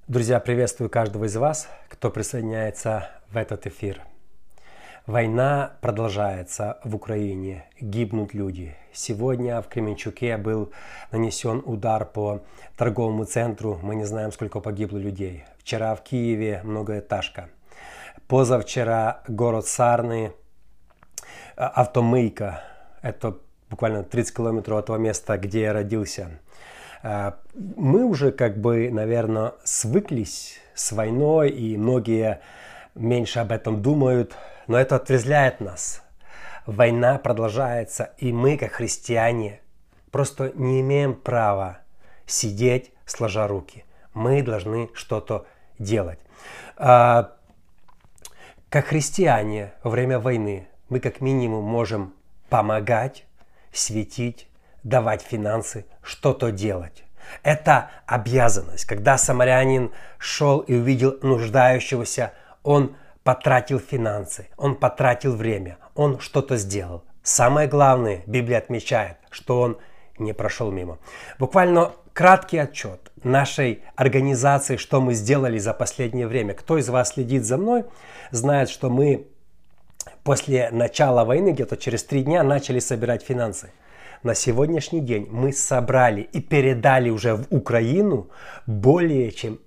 Друзья, приветствую каждого из вас, кто присоединяется в этот эфир. Война продолжается в Украине, гибнут люди. Сегодня в Кременчуке был нанесен удар по торговому центру, мы не знаем, сколько погибло людей. Вчера в Киеве многоэтажка. Позавчера город Сарны, автомойка, это буквально 30 километров от того места, где я родился. Мы уже наверное, свыклись с войной, и многие меньше об этом думают, но это отрезвляет нас. Война продолжается, и мы, как христиане, просто не имеем права сидеть сложа руки. Мы должны что-то делать. Как христиане во время войны мы как минимум можем помогать, светить, давать финансы, что-то делать. Это обязанность. Когда самарянин шел и увидел нуждающегося, он потратил финансы, он потратил время, он что-то сделал. Самое главное, Библия отмечает, что он не прошел мимо. Буквально краткий отчет нашей организации, что мы сделали за последнее время. Кто из вас следит за мной, знает, что мы после начала войны, где-то через 3 дня, начали собирать финансы. На сегодняшний день мы собрали и передали уже в Украину более чем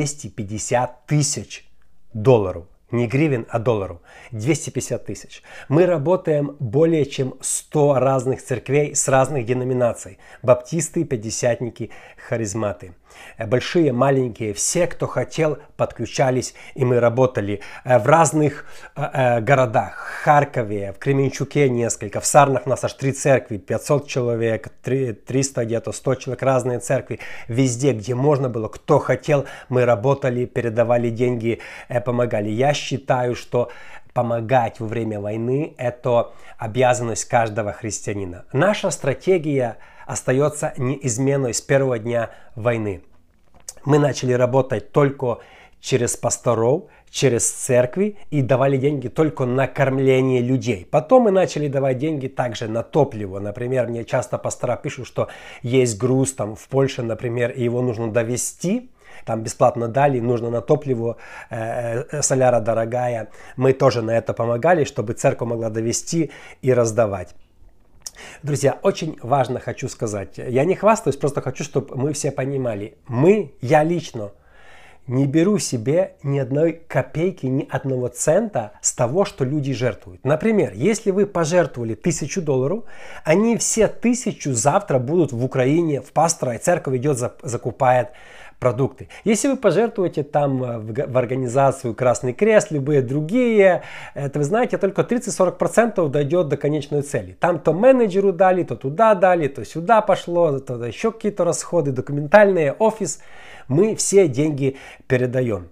250 тысяч долларов. Не гривен, а долларов. 250 тысяч. Мы работаем более чем 100 разных церквей с разных деноминаций. Баптисты, пятидесятники, харизматы. Большие, маленькие, все, кто хотел, подключались, и мы работали в разных городах. В Харькове, в Кременчуке несколько, в Сарнах у нас аж 3 церкви, 500 человек, 300 где-то, 100 человек, разные церкви. Везде, где можно было, кто хотел, мы работали, передавали деньги, помогали. Я считаю, что помогать во время войны – это обязанность каждого христианина. Наша стратегия остается неизменной с первого дня войны. Мы начали работать только через пасторов, через церкви и давали деньги только на кормление людей. Потом мы начали давать деньги также на топливо. Например, мне часто пастора пишут, что есть груз там в Польше, например, и его нужно довезти. Там бесплатно дали, нужно на топливо, соляра дорогая. Мы тоже на это помогали, чтобы церковь могла довести и раздавать. Друзья, очень важно хочу сказать. Я не хвастаюсь, просто хочу, чтобы мы все понимали. Я лично не беру себе ни одной копейки, ни одного цента с того, что люди жертвуют. Например, если вы пожертвовали $1000, они все 1000 завтра будут в Украине, в пастора, и церковь идет, закупает продукты. Если вы пожертвуете там в организацию Красный Крест, любые другие, это вы знаете, только 30-40% дойдет до конечной цели. Там то менеджеру дали, то туда дали, то сюда пошло, то еще какие-то расходы, документальные, офис. Мы все деньги передаем.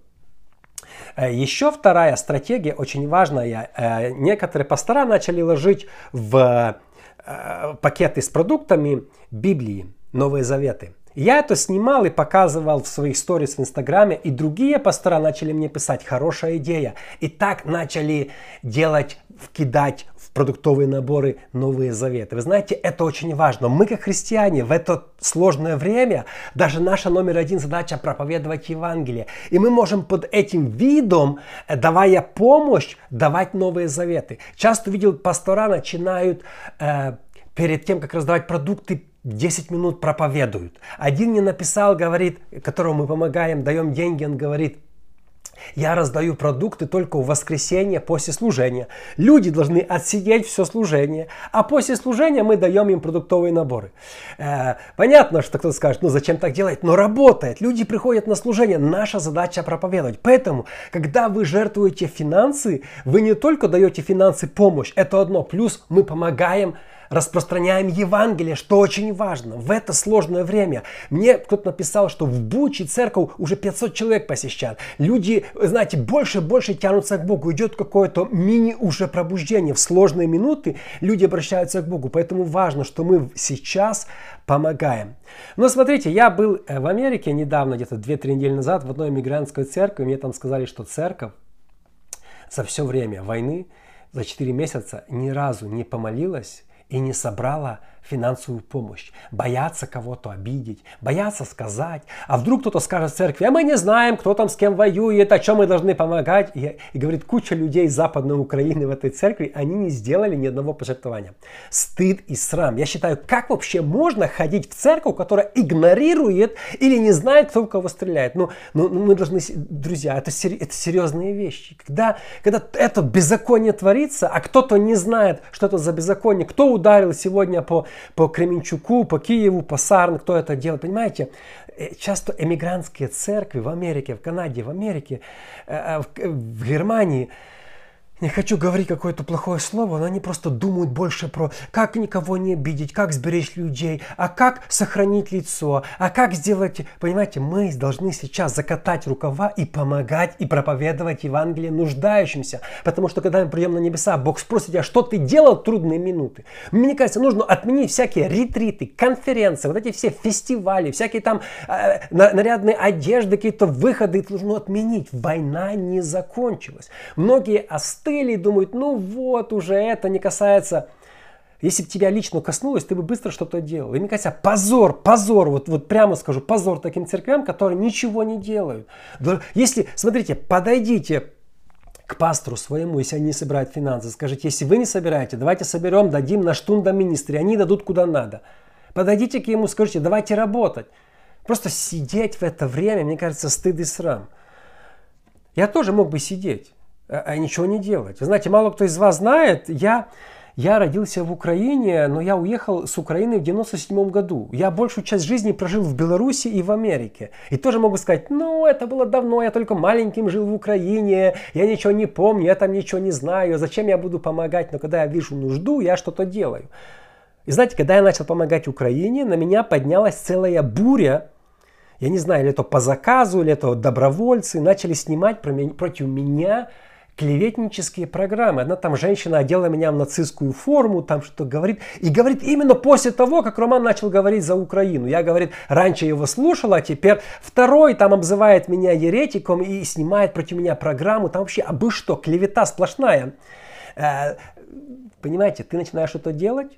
Еще вторая стратегия, очень важная. Некоторые пастора начали ложить в пакеты с продуктами Библии, Новые Заветы. Я это снимал и показывал в своих сторис в Инстаграме, и другие пастора начали мне писать: хорошая идея. И так начали вкидать в продуктовые наборы Новые Заветы. Вы знаете, это очень важно. Мы, как христиане, в это сложное время, даже наша номер 1 задача проповедовать Евангелие. И мы можем под этим видом, давая помощь, давать Новые Заветы. Часто видел, пастора начинают перед тем, как раздавать продукты, 10 минут проповедуют. Один мне написал, говорит, которому мы помогаем, даем деньги, он говорит: я раздаю продукты только в воскресенье после служения. Люди должны отсидеть все служение, а после служения мы даем им продуктовые наборы. Понятно, что кто-то скажет: зачем так делать? Но работает. Люди приходят на служение. Наша задача проповедовать. Поэтому, когда вы жертвуете финансы, вы не только даете финансы помощь, это одно. Плюс мы помогаем, распространяем Евангелие, что очень важно в это сложное время. Мне кто-то написал, что в Буче церковь уже 500 человек посещают. Люди, знаете, больше и больше тянутся к Богу. Идет какое-то уже пробуждение. В сложные минуты люди обращаются к Богу. Поэтому важно, что мы сейчас помогаем. Но смотрите, я был в Америке недавно, где-то 2-3 недели назад, в одной иммигрантской церкви. Мне там сказали, что церковь за все время войны, за 4 месяца ни разу не помолилась и не собрала финансовую помощь. Боятся кого-то обидеть, боятся сказать. А вдруг кто-то скажет в церкви, а мы не знаем, кто там с кем воюет, о чем мы должны помогать. И говорит, куча людей из Западной Украины в этой церкви, они не сделали ни одного пожертвования. Стыд и срам. Я считаю, как вообще можно ходить в церковь, которая игнорирует или не знает, кто в кого стреляет. Мы должны, друзья, это серьезные вещи. Когда это беззаконие творится, а кто-то не знает, что это за беззаконие, кто ударил сегодня по Кременчуку, по Киеву, по Сарн, кто это делает. Понимаете, часто эмигрантские церкви в Америке, в Канаде, в Америке, в Германии, не хочу говорить какое-то плохое слово, но они просто думают больше про как никого не обидеть, как сберечь людей, а как сохранить лицо, а как сделать... Понимаете, мы должны сейчас закатать рукава и помогать и проповедовать Евангелие нуждающимся. Потому что когда мы придем на небеса, Бог спросит тебя, что ты делал в трудные минуты. Мне кажется, нужно отменить всякие ретриты, конференции, вот эти все фестивали, всякие там нарядные одежды, какие-то выходы. Это нужно отменить. Война не закончилась. Многие остыли и думают, ну вот уже это не касается. Если бы тебя лично коснулось, ты бы быстро что-то делал. И мне кажется, позор, вот прямо скажу, позор таким церквям, которые ничего не делают. Если, смотрите, подойдите к пастору своему, если они не собирают финансы, скажите, если вы не собираете, давайте соберем, дадим на Штунда Министри, они дадут куда надо. Подойдите к нему, скажите, давайте работать. Просто сидеть в это время, мне кажется, стыд и срам. Я тоже мог бы сидеть, а ничего не делать. Вы знаете, мало кто из вас знает, я родился в Украине, но я уехал с Украины в 97 году. Я большую часть жизни прожил в Беларуси и в Америке. И тоже могу сказать, ну это было давно, я только маленьким жил в Украине, я ничего не помню, я там ничего не знаю, зачем я буду помогать, но когда я вижу нужду, я что-то делаю. И знаете, когда я начал помогать Украине, на меня поднялась целая буря. Я не знаю, или это по заказу, или это добровольцы начали снимать против меня клеветнические программы. Одна там женщина одела меня в нацистскую форму, там что-то говорит. И говорит именно после того, как Роман начал говорить за Украину. Я, говорит, раньше его слушала, а теперь второй там обзывает меня еретиком и снимает против меня программу. Там вообще, а бы что, клевета сплошная. Понимаете, ты начинаешь что-то делать,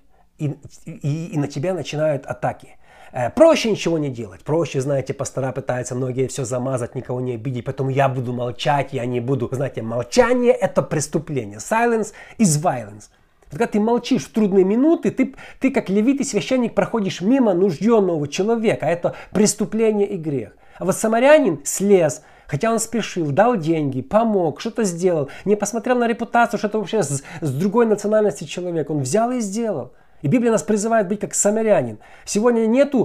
и на тебя начинают атаки. Проще ничего не делать. Проще, знаете, пастора пытаются многие все замазать, никого не обидеть. Поэтому я буду молчать, я не буду. Знаете, молчание это преступление. Silence is violence. Когда ты молчишь в трудные минуты, ты как левит и священник проходишь мимо нужденного человека. А это преступление и грех. А вот самарянин слез, хотя он спешил, дал деньги, помог, что-то сделал. Не посмотрел на репутацию, что это вообще с другой национальности человек. Он взял и сделал. И Библия нас призывает быть как самарянин. Сегодня нету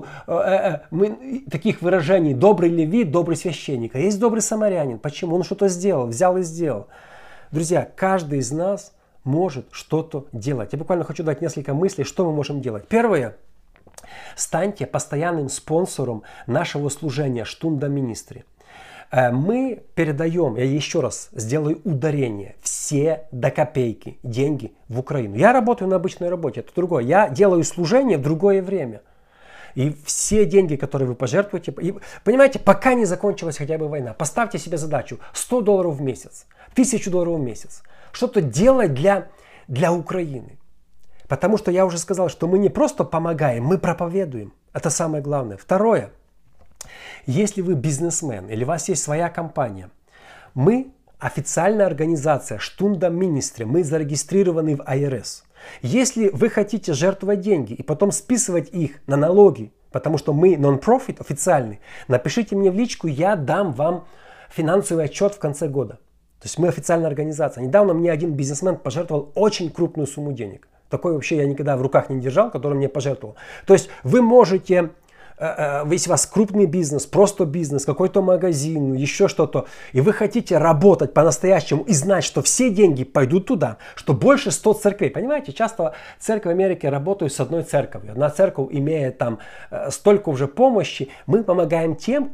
таких выражений добрый левит, добрый священник. А есть добрый самарянин. Почему? Он что-то сделал, взял и сделал. Друзья, каждый из нас может что-то делать. Я буквально хочу дать несколько мыслей, что мы можем делать. Первое. Станьте постоянным спонсором нашего служения Штунда Министри. Мы передаем, я еще раз сделаю ударение, все до копейки деньги в Украину. Я работаю на обычной работе, это другое. Я делаю служение в другое время. И все деньги, которые вы пожертвуете, понимаете, пока не закончилась хотя бы война, поставьте себе задачу $100 в месяц, $1000 в месяц. Что-то делать для Украины. Потому что я уже сказал, что мы не просто помогаем, мы проповедуем. Это самое главное. Второе. Если вы бизнесмен или у вас есть своя компания, мы официальная организация Штунда Министри, мы зарегистрированы в IRS. Если вы хотите жертвовать деньги и потом списывать их на налоги, потому что мы non-profit официальный, напишите мне в личку, я дам вам финансовый отчет в конце года. То есть мы официальная организация. Недавно мне один бизнесмен пожертвовал очень крупную сумму денег. Такой вообще я никогда в руках не держал, который мне пожертвовал. То есть вы можете... Если у вас крупный бизнес, просто бизнес, какой-то магазин, еще что-то, и вы хотите работать по-настоящему и знать, что все деньги пойдут туда, что больше 100 церквей. Понимаете, часто церкви в Америке работают с одной церковью. Одна церковь имеет там столько уже помощи. Мы помогаем тем,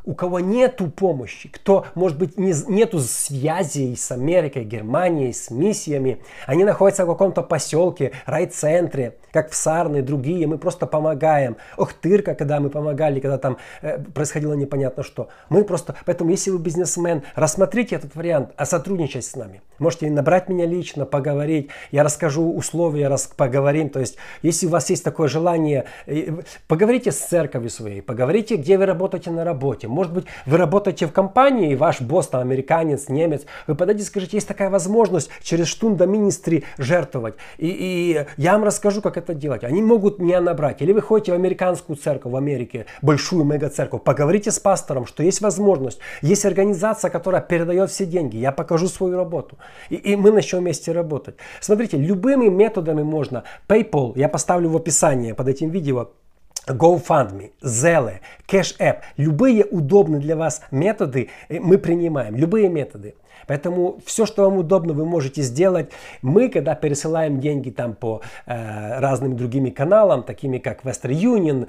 у кого нету помощи, кто, может быть, нету связей с Америкой, Германией, с миссиями, они находятся в каком-то поселке, райцентре, как в Сарне, другие, мы просто помогаем. Охтырка, когда мы помогали, когда там происходило непонятно что. Мы просто, поэтому если вы бизнесмен, рассмотрите этот вариант, сотрудничать с нами. Можете набрать меня лично, поговорить, я расскажу условия, поговорим. То есть, если у вас есть такое желание, поговорите с церковью своей, поговорите, где вы работаете на работе. Может быть, вы работаете в компании, и ваш босс там американец, немец. Вы подойдите и скажите, есть такая возможность через Штунда Министри жертвовать. И я вам расскажу, как это делать. Они могут меня набрать. Или вы ходите в американскую церковь в Америке, большую мега-церковь. Поговорите с пастором, что есть возможность. Есть организация, которая передает все деньги. Я покажу свою работу. И мы начнем вместе работать. Смотрите, любыми методами можно. PayPal, я поставлю в описании под этим видео. GoFundMe, Zelle, Cash App. Любые удобные для вас методы мы принимаем. Любые методы. Поэтому все, что вам удобно, вы можете сделать. Мы, когда пересылаем деньги там по разным другим каналам, такими как Western Union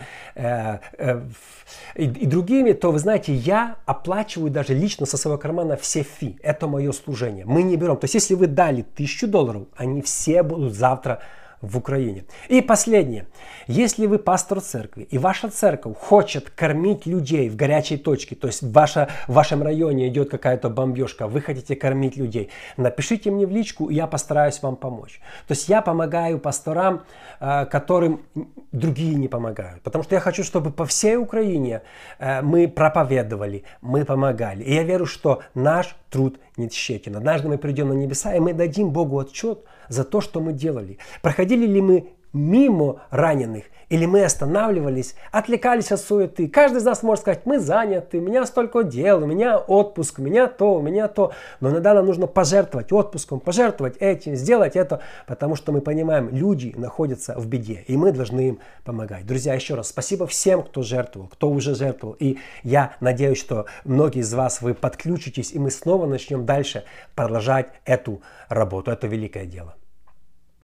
и другими, то вы знаете, я оплачиваю даже лично со своего кармана все фи. Это мое служение. Мы не берем. То есть, если вы дали $1000, они все будут завтра в Украине. И последнее. Если вы пастор церкви, и ваша церковь хочет кормить людей в горячей точке, то есть в вашем районе идет какая-то бомбежка, вы хотите кормить людей, напишите мне в личку, и я постараюсь вам помочь. То есть я помогаю пасторам, которым другие не помогают. Потому что я хочу, чтобы по всей Украине мы проповедовали, мы помогали. И я верю, что наш труд не тщетен. Однажды мы придем на небеса, и мы дадим Богу отчет за то, что мы делали. Проходили ли мы мимо раненых, или мы останавливались, отвлекались от суеты. Каждый из нас может сказать, мы заняты, у меня столько дел, у меня отпуск, у меня то. Но иногда нам нужно пожертвовать отпуском, пожертвовать этим, сделать это, потому что мы понимаем, люди находятся в беде, и мы должны им помогать. Друзья, еще раз спасибо всем, кто жертвовал, кто уже жертвовал. И я надеюсь, что многие из вас, вы подключитесь, и мы снова начнем дальше продолжать эту работу. Это великое дело.